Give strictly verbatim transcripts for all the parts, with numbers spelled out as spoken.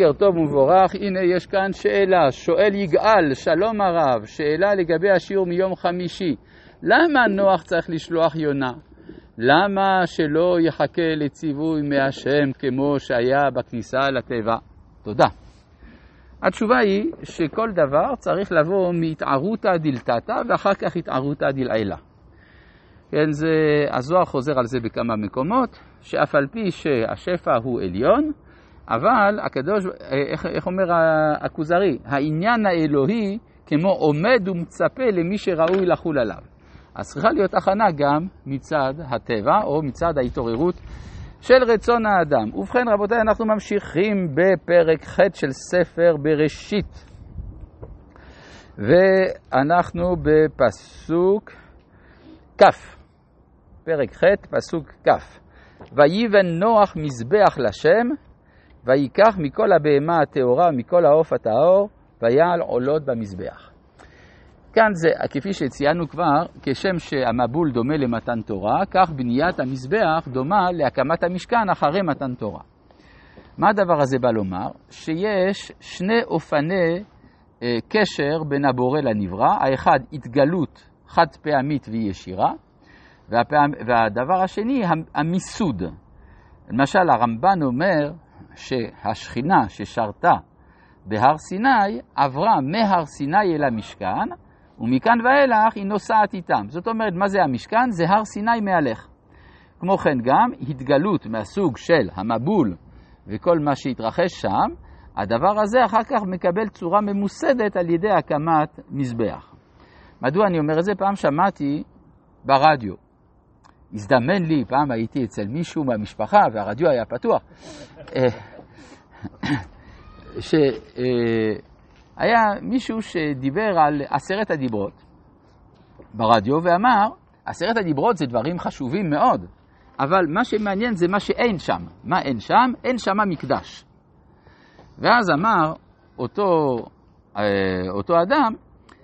בוקר טוב ומבורך. הנה יש כאן שאלה, שואל יגאל, שלום הרב, שאלה לגבי השיעור מיום חמישי. למה נוח צריך לשלוח יונה? למה שלא יחכה לציווי מהשם כמו שהיה בכניסה לטבע? תודה. התשובה היא שכל דבר צריך לבוא מהתערותא דלתתא ואחר כך התערותא דלעילא. כן, זה, הזוהר חוזר על זה בכמה מקומות, שאף על פי שהשפע הוא עליון, אבל הקדוש, איך, איך אומר הכוזרי, העניין האלוהי כמו עומד ומצפה למי שראוי לחול עליו. אז צריכה להיות הכנה גם מצד הטבע או מצד ההתעוררות של רצון האדם. ובכן רבותיי, אנחנו ממשיכים בפרק ח' של ספר בראשית. ואנחנו בפסוק כ', פרק ח', פסוק כ'. ויבן נוח מזבח לשם, ויקח מכל הבהמה הטהורה, מכל העוף הטהור, ויעל עולות במזבח. כאן זה, כפי שציינו כבר, כשם שהמבול דומה למתן תורה, כך בניית המזבח דומה להקמת המשכן אחרי מתן תורה. מה הדבר הזה בא לומר? שיש שני אופני אה, קשר בין הבורא לנברא, האחד התגלות חד פעמית וישירה, והפעם, והדבר השני המיסוד. למשל הרמב"ן אומר שהשכינה ששרתה בהר סיני עברה מהר סיני אל המשכן, ומכאן ואילך היא נוסעת איתם. זאת אומרת, מה זה המשכן? זה הר סיני מהלך. כמו כן גם התגלות מהסוג של המבול וכל מה שהתרחש שם, הדבר הזה אחר כך מקבל צורה ממוסדת על ידי הקמת מזבח. מדוע אני אומר את זה? פעם שמעתי ברדיו. הזדמן לי, פעם הייתי אצל מישהו מהמשפחה והרדיו היה פתוח. שהיה מישהו שדיבר על עשרת הדיברות ברדיו ואמר, עשרת הדיברות זה דברים חשובים מאוד, אבל מה שמעניין זה מה שאין שם. מה אין שם? אין שם מקדש. ואז אמר אותו, אותו אדם,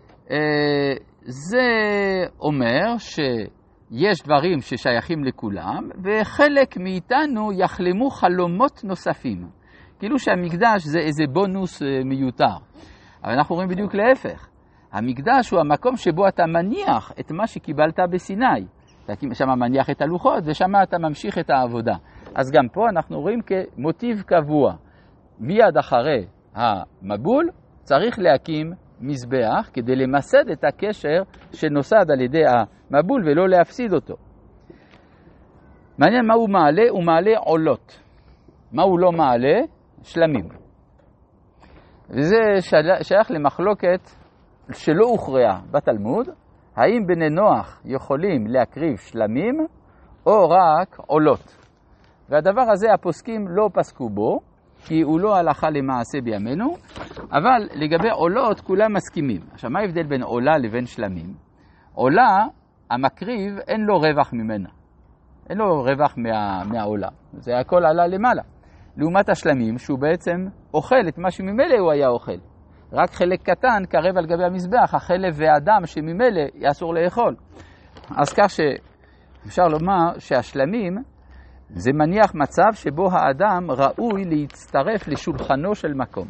זה אומר ש... יש דברים ששייכים לכולם, וחלק מאיתנו יחלמו חלומות נוספים. כאילו שהמקדש זה איזה בונוס מיותר. אבל אנחנו רואים בדיוק להפך. המקדש הוא המקום שבו אתה מניח את מה שקיבלת בסיני. אתה שם מניח את הלוחות, ושם אתה ממשיך את העבודה. אז גם פה אנחנו רואים כמוטיב קבוע. מיד אחרי המבול צריך להקים מזבח כדי למסד את הקשר שנוסד על ידי המבול ולא להפסיד אותו. מעניין מה הוא מעלה? הוא מעלה עולות. מה הוא לא מעלה? שלמים. וזה שייך למחלוקת שלא הוכרעה בתלמוד, האם בני נוח יכולים להקריב שלמים או רק עולות. והדבר הזה הפוסקים לא פסקו בו, כי הוא לא הלכה למעשה בימינו, אבל לגבי עולות כולם מסכימים. עכשיו, מה ההבדל בין עולה לבין שלמים? עולה, המקריב, אין לו רווח ממנה. אין לו רווח מה, מהעולה. זה הכל עלה למעלה. לעומת השלמים, שהוא בעצם אוכל את מה שממילא הוא היה אוכל. רק חלק קטן קרב על גבי המזבח, החלב והדם שממילא אסור לאכול. אז כך שאפשר לומר שהשלמים, זה מניח מצב שבו האדם ראוי להצטרף לשולחנו של מקום.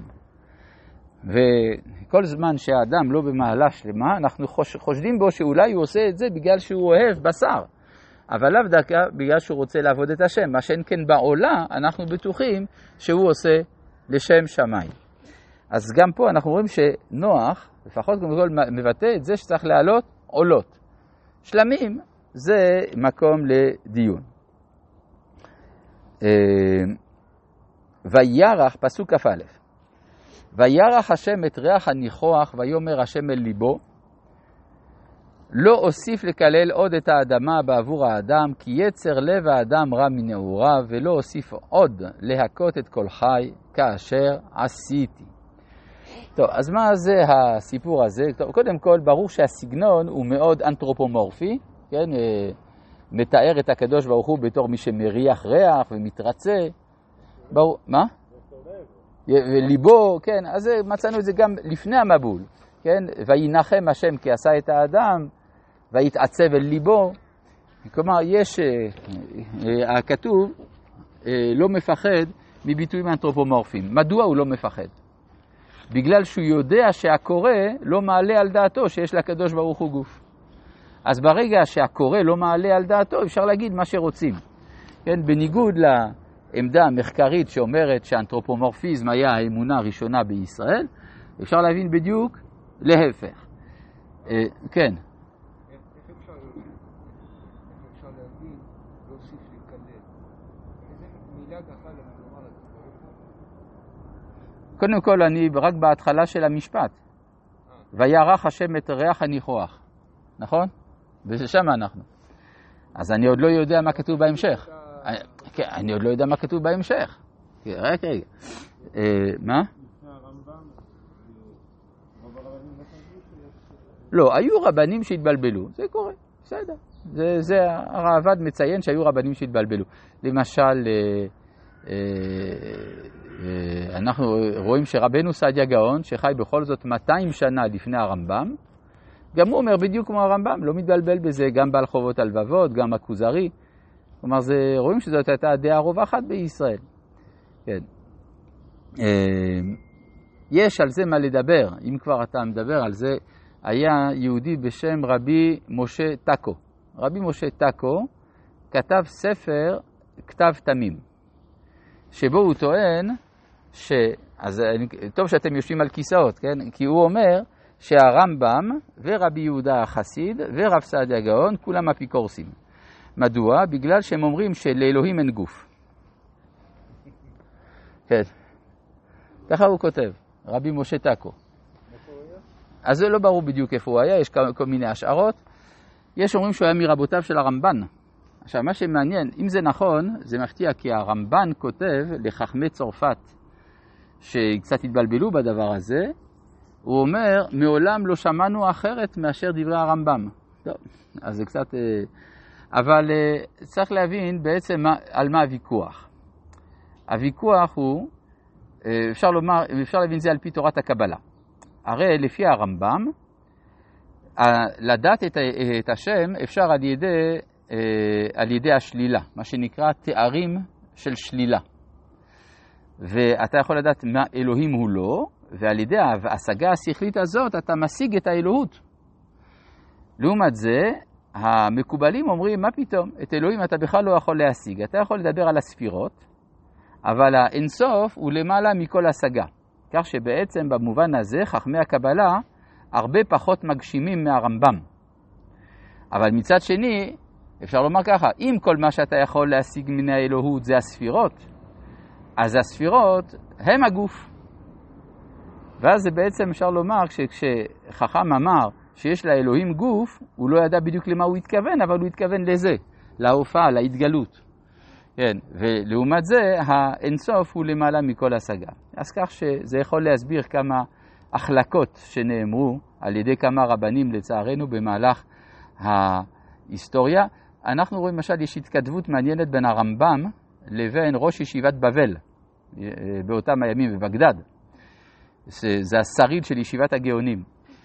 וכל זמן שהאדם לא במעלה שלמה, אנחנו חושדים בו שאולי הוא עושה את זה בגלל שהוא אוהב בשר. אבל לאו דווקא בגלל שהוא רוצה לעבוד את השם. מה שאין כן בעולה, אנחנו בטוחים שהוא עושה לשם שמיים. אז גם פה אנחנו רואים שנוח, לפחות גם כל מבטא את זה שצריך לעלות עולות. שלמים זה מקום לדיון. וירח, פסוק כ"א, וירח השם את ריח הניחוח ויאמר השם אל ליבו, לא אוסיף לקלל עוד את האדמה בעבור האדם, כי יצר לב האדם רע מנעוריו, ולא אוסיף עוד להכות את כל חי כאשר עשיתי. טוב, אז מה זה הסיפור הזה? טוב, קודם כל ברור שהסגנון הוא מאוד אנתרופומורפי, כן? מתאר את הקדוש ברוך הוא בתור מי שמריח ריח ומתרצה. ברור, מה? וליבו, כן, אז מצאנו את זה גם לפני המבול, כן? וינחם השם כי עשה את האדם, ויתעצב אל ליבו. כלומר, יש, הכתוב לא מפחד מביטויים אנתרופומורפיים. מדוע הוא לא מפחד? בגלל שהוא יודע שהקורא לא מעלה על דעתו שיש לקדוש ברוך הוא גוף. אז ברגע שהקורא לא מעלה על דעתו, אפשר להגיד מה שרוצים. כן, בניגוד לעמדה המחקרית שאומרת שהאנתרופומורפיזם היה האמונה הראשונה בישראל, אפשר להבין בדיוק להפך. אה, כן. איך אפשר להבין, להוסיף לקלל? איזה מילה גפה לומר את זה? קודם כל, אני רק בהתחלה של המשפט. וירח השם את ריח הניחוח. נכון? ושם אנחנו. אז אני עוד לא יודע מה כתוב בהמשך. כן, אני עוד לא יודע מה כתוב בהמשך. רק רגע. מה? לא, היו רבנים שהתבלבלו. זה קורה, בסדר. זה הרעב"ד מציין שהיו רבנים שהתבלבלו. למשל, אנחנו רואים שרבנו סעדיה גאון, שחי בכל זאת מאתיים שנה לפני הרמב"ם, גם הוא אומר בדיוק כמו הרמב"ם, לא מתבלבל בזה, גם בעל חובות הלבבות, גם הכוזרי. כלומר, זה, רואים שזאת הייתה הדעה הרווחת בישראל. כן. יש על זה מה לדבר, אם כבר אתה מדבר על זה, היה יהודי בשם רבי משה טקו. רבי משה טקו כתב ספר כתב תמים, שבו הוא טוען, ש... אז טוב שאתם יושבים על כיסאות, כן? כי הוא אומר, שהרמב"ם ורבי יהודה החסיד ורב סעדיה גאון כולם אפיקורסים. מדוע? בגלל שהם אומרים שלאלוהים אין גוף. כן. ככה הוא כותב, רבי משה טקו. אז זה לא ברור בדיוק איפה הוא היה, יש כל מיני השערות. יש אומרים שהוא היה מרבותיו של הרמב"ן. עכשיו, מה שמעניין, אם זה נכון, זה מפתיע, כי הרמב"ן כותב לחכמי צרפת, שקצת התבלבלו בדבר הזה, הוא אומר, מעולם לא שמענו אחרת מאשר דברי הרמב"ם. טוב, אז זה קצת... אבל צריך להבין בעצם על מה הוויכוח. הוויכוח הוא, אפשר לומר, אפשר להבין זה על פי תורת הקבלה. הרי לפי הרמב"ם, לדעת את, את השם אפשר על ידי, על ידי השלילה, מה שנקרא תארים של שלילה. ואתה יכול לדעת מה אלוהים הוא לא, ועל ידי ההשגה השכלית הזאת אתה משיג את האלוהות. לעומת זה, המקובלים אומרים, מה פתאום? את אלוהים אתה בכלל לא יכול להשיג. אתה יכול לדבר על הספירות, אבל האינסוף הוא למעלה מכל השגה. כך שבעצם במובן הזה, חכמי הקבלה הרבה פחות מגשימים מהרמב"ם. אבל מצד שני, אפשר לומר ככה, אם כל מה שאתה יכול להשיג מן האלוהות זה הספירות, אז הספירות הם הגוף. ואז זה בעצם אפשר לומר, כשחכם אמר שיש לאלוהים גוף, הוא לא ידע בדיוק למה הוא התכוון, אבל הוא התכוון לזה, להופעה, להתגלות. כן, ולעומת זה, האינסוף הוא למעלה מכל השגה. אז כך שזה יכול להסביר כמה החלקות שנאמרו על ידי כמה רבנים לצערנו במהלך ההיסטוריה. אנחנו רואים למשל, יש התכתבות מעניינת בין הרמב"ם לבין ראש ישיבת בבל, באותם הימים בבגדד. זה השריד של ישיבת הגאונים.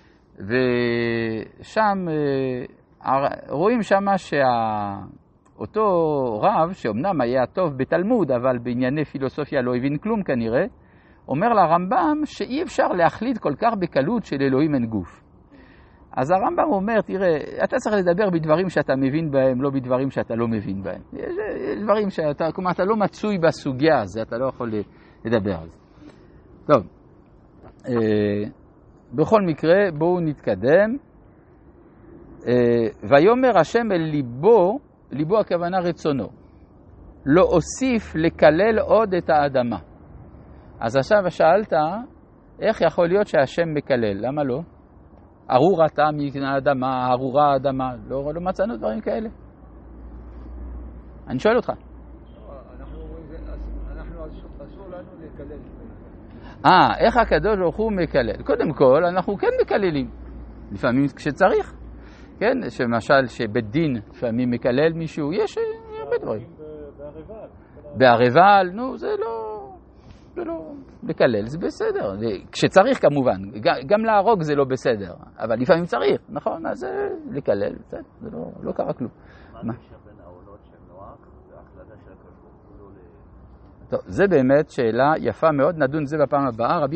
ושם רואים שמה שאותו רב, שאומנם היה טוב בתלמוד, אבל בענייני פילוסופיה לא הבין כלום כנראה, אומר לרמב"ם שאי אפשר להחליט כל כך בקלות של אלוהים אין גוף. אז הרמב"ם אומר, תראה, אתה צריך לדבר בדברים שאתה מבין בהם, לא בדברים שאתה לא מבין בהם. יש דברים שאתה, כלומר, אתה לא מצוי בסוגיה הזו, אתה לא יכול לדבר על זה. טוב. אה, בכל מקרה, בואו נתקדם. אה, ויאמר השם אל ליבו, ליבו הכוונה רצונו, לא אוסיף לקלל עוד את האדמה. אז עכשיו שאלת, איך יכול להיות שהשם מקלל? למה לא? ארור אתה מן האדמה, ארורה האדמה, לא, לא מצאנו דברים כאלה. אני שואל אותך. אנחנו אומרים, אנחנו אסור לנו לקלל. אה, איך הקדוש ברוך הוא מקלל? קודם כל, אנחנו כן מקללים. לפעמים כשצריך. כן, שמשל שבית דין לפעמים מקלל מישהו, יש הרבה דברים. בערבל. בערבל, נו, זה לא... זה לא... לקלל, זה בסדר. כשצריך כמובן. גם להרוג זה לא בסדר. אבל לפעמים צריך, נכון? אז זה לקלל, בסדר. זה לא, לא קרה כלום. מה הקשר בין העולות של נוח וההחלטה של הקדוש ברוך הוא לא טוב, זה באמת שאלה יפה מאוד, נדון זה בפעם הבאה. רבי